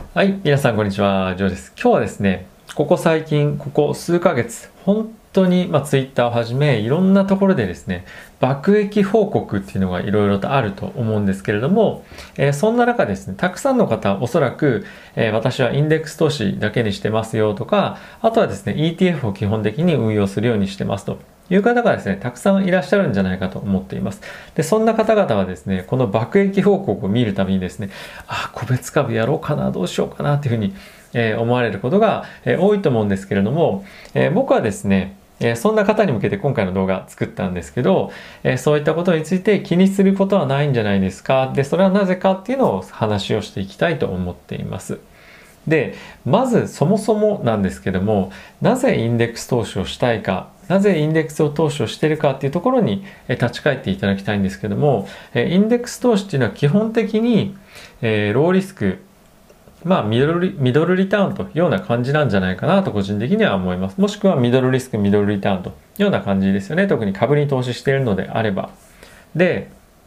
はい、皆さんこんにちは、ジョーです。今日はですね、ここ最近、ここ数ヶ月、本当に、Twitter をはじめ、いろんなところでですね、爆益報告っていうのがいろいろとあると思うんですけれども、そんな中ですね、たくさんの方、おそらく、私はインデックス投資だけにしてますよとか、あとはですね、ETF を基本的に運用するようにしてますという方がですね、たくさんいらっしゃるんじゃないかと思っています。で、そんな方々はですね、この爆益報告を見るたびにですね、個別株やろうかな、どうしようかなっていうふうに、思われることが、多いと思うんですけれども、僕はですね、そんな方に向けて今回の動画作ったんですけど、そういったことについて気にすることはないんじゃないですか。で、それはなぜかっていうのを話をしていきたいと思っています。で、まずそもそもなんですけども、なぜインデックス投資をしたいか、なぜインデックス投資をしているかっていうところに立ち返っていただきたいんですけども、インデックス投資っていうのは基本的にローリスク、ミドルリターンというような感じなんじゃないかなと個人的には思います。もしくはミドルリスク、ミドルリターンというような感じですよね。特に株に投資しているのであれば。で、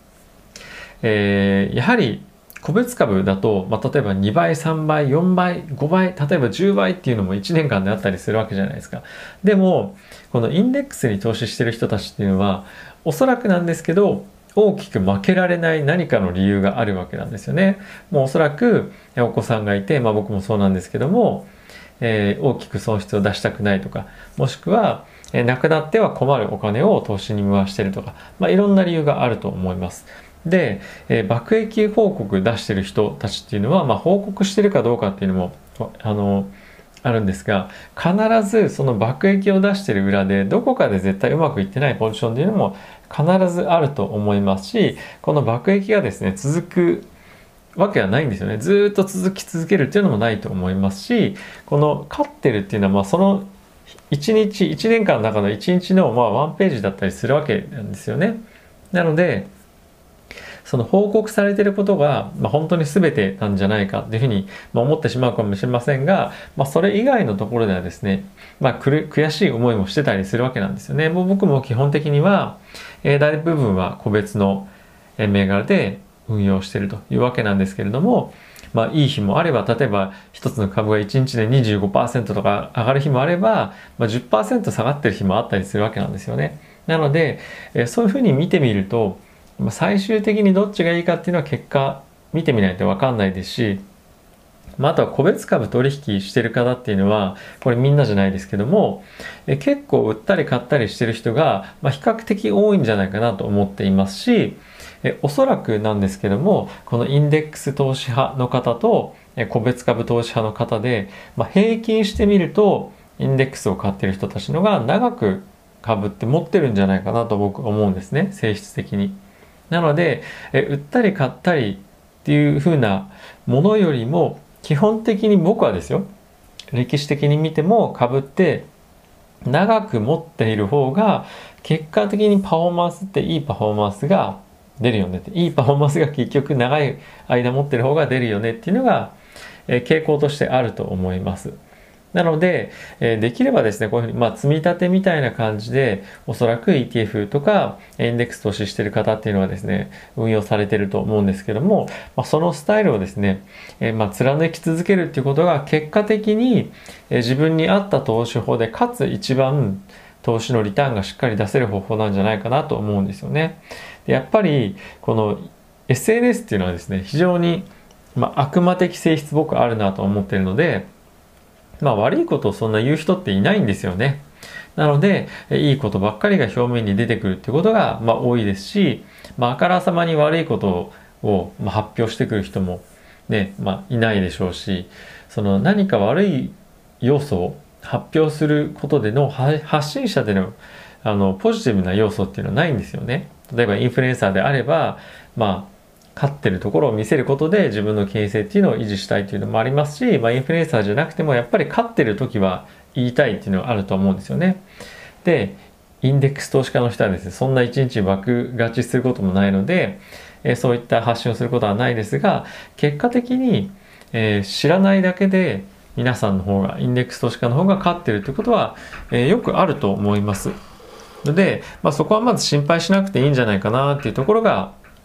やはり個別株だと、例えば2倍、3倍、4倍、5倍、例えば10倍っていうのも1年間であったりするわけじゃないですか。でも、このインデックスに投資している人たちっていうのは、おそらくなんですけど、大きく負けられない何かの理由があるわけなんですよね。もうおそらくお子さんがいて、僕もそうなんですけども、大きく損失を出したくないとか、もしくは、なくなっては困るお金を投資に回してるとか、いろんな理由があると思います。で、爆益報告出してる人たちっていうのは、報告してるかどうかっていうのもあるんですが、必ずその爆益を出してる裏でどこかで絶対うまくいってないポジションっていうのも必ずあると思いますし、この爆益がですね続くわけはないんですよね。ずっと続き続けるっていうのもないと思いますし、この勝ってるっていうのはその1年間の中の1日のワンページだったりするわけなんですよね。なのでその報告されていることが、本当に全てなんじゃないかっていうふうに、思ってしまうかもしれませんが、それ以外のところではですね、悔しい思いもしてたりするわけなんですよね。もう僕も基本的には、大部分は個別の銘柄で運用しているというわけなんですけれども、いい日もあれば、例えば一つの株が1日で 25% とか上がる日もあれば、10% 下がってる日もあったりするわけなんですよね。なので、そういうふうに見てみると、最終的にどっちがいいかっていうのは結果見てみないと分かんないですし、あとは個別株取引してる方っていうのはこれみんなじゃないですけども、結構売ったり買ったりしてる人が、比較的多いんじゃないかなと思っていますし、おそらくなんですけども、このインデックス投資派の方と個別株投資派の方で、平均してみるとインデックスを買ってる人たちのが長く株って持ってるんじゃないかなと僕は思うんですね、性質的に。なので、売ったり買ったりっていう風なものよりも、基本的に僕はですよ、歴史的に見ても株って長く持っている方が結果的にパフォーマンスっていいパフォーマンスが出るよねって、いいパフォーマンスが結局長い間持ってる方が出るよねっていうのが傾向としてあると思います。なので、できればですね、こういうふうに、積み立てみたいな感じで、おそらく ETF とか、インデックス投資している方っていうのはですね、運用されていると思うんですけども、そのスタイルをですね、貫き続けるっていうことが、結果的に、自分に合った投資法で、かつ一番投資のリターンがしっかり出せる方法なんじゃないかなと思うんですよね。でやっぱり、この SNS っていうのはですね、非常に、悪魔的性質僕あるなと思っているので、悪いことをそんな言う人っていないんですよね。なので、いいことばっかりが表面に出てくるっていうことが、多いですし、あからさまに悪いことを、発表してくる人もね、いないでしょうし、その何か悪い要素を発表することでの発信者でのポジティブな要素っていうのはないんですよね。例えばインフルエンサーであれば、勝ってるところを見せることで自分の経営性っていうのを維持したいというのもありますし、インフルエンサーじゃなくてもやっぱり勝ってる時は言いたいっていうのはあると思うんですよね。で、インデックス投資家の人はですね、そんな一日爆勝ちすることもないので、そういった発信をすることはないですが、結果的に、知らないだけで皆さんの方が、インデックス投資家の方が勝ってるということは、よくあると思います。ので、そこはまず心配しなくていいんじゃないかなっていうところが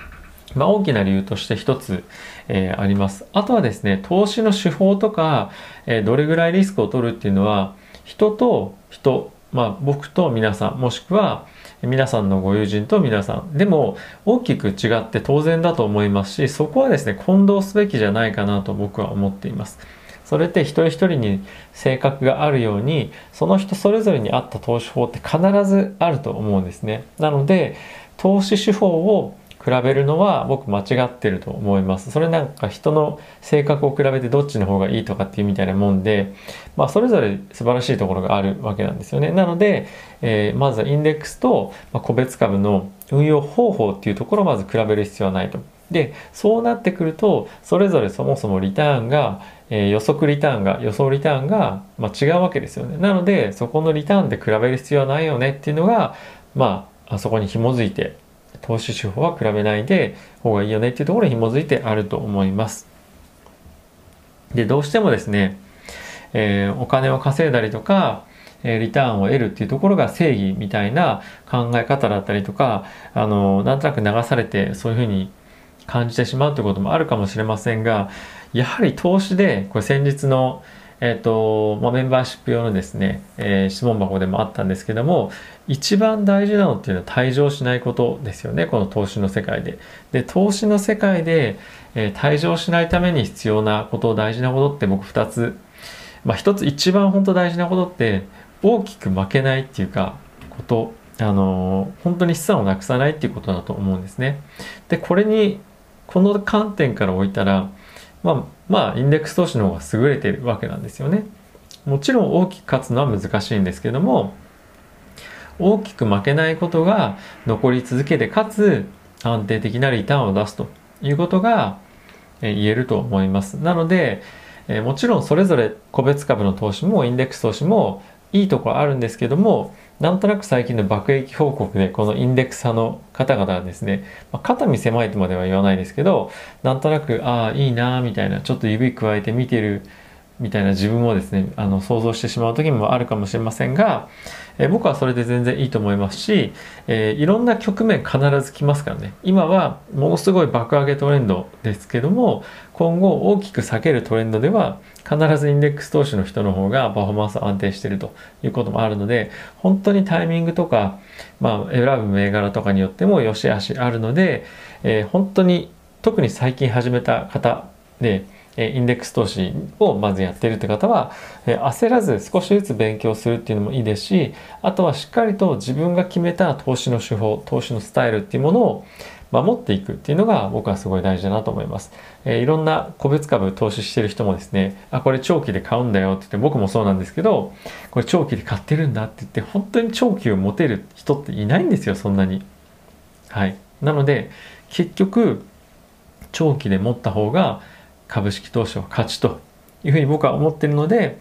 大きな理由として一つ、あります。あとはですね、投資の手法とか、どれぐらいリスクを取るっていうのは、人と人、僕と皆さん、もしくは皆さんのご友人と皆さんでも大きく違って当然だと思いますし、そこはですね、混同すべきじゃないかなと僕は思っています。それって一人一人に性格があるように、その人それぞれに合った投資法って必ずあると思うんですね。なので、投資手法を比べるのは僕間違ってると思います。それなんか人の性格を比べてどっちの方がいいとかっていうみたいなもんで、それぞれ素晴らしいところがあるわけなんですよね。なので、まずはインデックスと個別株の運用方法っていうところをまず比べる必要はないと。で、そうなってくると、それぞれそもそもリターンが、予想リターンが、違うわけですよね。なので、そこのリターンで比べる必要はないよねっていうのが、そこに紐づいて、投資手法は比べないで方がいいよねっていうところに紐づいてあると思います。で、どうしてもですね、お金を稼いだりとか、リターンを得るっていうところが正義みたいな考え方だったりとか、なんとなく流されてそういうふうに感じてしまうということもあるかもしれませんが、やはり投資で、これ先日のメンバーシップ用のですね、質問箱でもあったんですけども、一番大事なのっていうのは退場しないことですよね、この投資の世界で。で、投資の世界で、退場しないために必要なこと、大事なことって僕2つ。1つ一番本当大事なことって、大きく負けないっていうか、本当に資産をなくさないっていうことだと思うんですね。で、この観点から置いたら、インデックス投資の方が優れているわけなんですよね。もちろん大きく勝つのは難しいんですけども、大きく負けないことが残り続けて、かつ安定的なリターンを出すということが言えると思います。なので、もちろんそれぞれ個別株の投資もインデックス投資もいいところあるんですけども、なんとなく最近の爆益報告でこのインデックス派の方々はですね、肩身狭いとまでは言わないですけど、なんとなくいいなみたいな、ちょっと指加えて見てるみたいな自分をですね、想像してしまう時もあるかもしれませんが、僕はそれで全然いいと思いますし、いろんな局面必ず来ますからね。今はものすごい爆上げトレンドですけども、今後大きく下げるトレンドでは必ずインデックス投資の人の方がパフォーマンス安定しているということもあるので、本当にタイミングとか、選ぶ銘柄とかによっても良し悪しあるので、本当に特に最近始めた方で、インデックス投資をまずやっているって方は、焦らず少しずつ勉強するっていうのもいいですし、あとはしっかりと自分が決めた投資の手法、投資のスタイルっていうものを守っていくっていうのが僕はすごい大事だなと思います。いろんな個別株投資してる人もですね、これ長期で買うんだよって言って、僕もそうなんですけど、これ長期で買ってるんだって言って、本当に長期を持てる人っていないんですよ、そんなに。はい。なので、結局、長期で持った方が株式投資は勝ちというふうに僕は思っているので、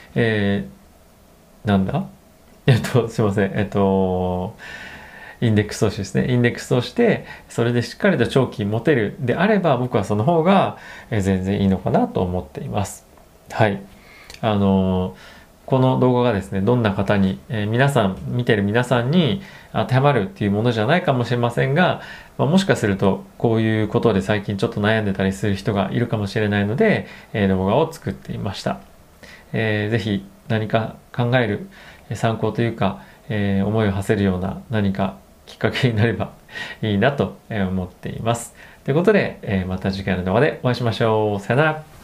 すいません。インデックス投資ですね。インデックス投資で、それでしっかりと長期持てるであれば、僕はその方が全然いいのかなと思っています。はい。この動画がですね、どんな方に、見てる皆さんに当てはまるっていうものじゃないかもしれませんが、もしかするとこういうことで最近ちょっと悩んでたりする人がいるかもしれないので、動画を作っていました。ぜひ何か考える参考というか、思いを馳せるような何かきっかけになればいいなと思っています。ということで、また次回の動画でお会いしましょう。さよなら。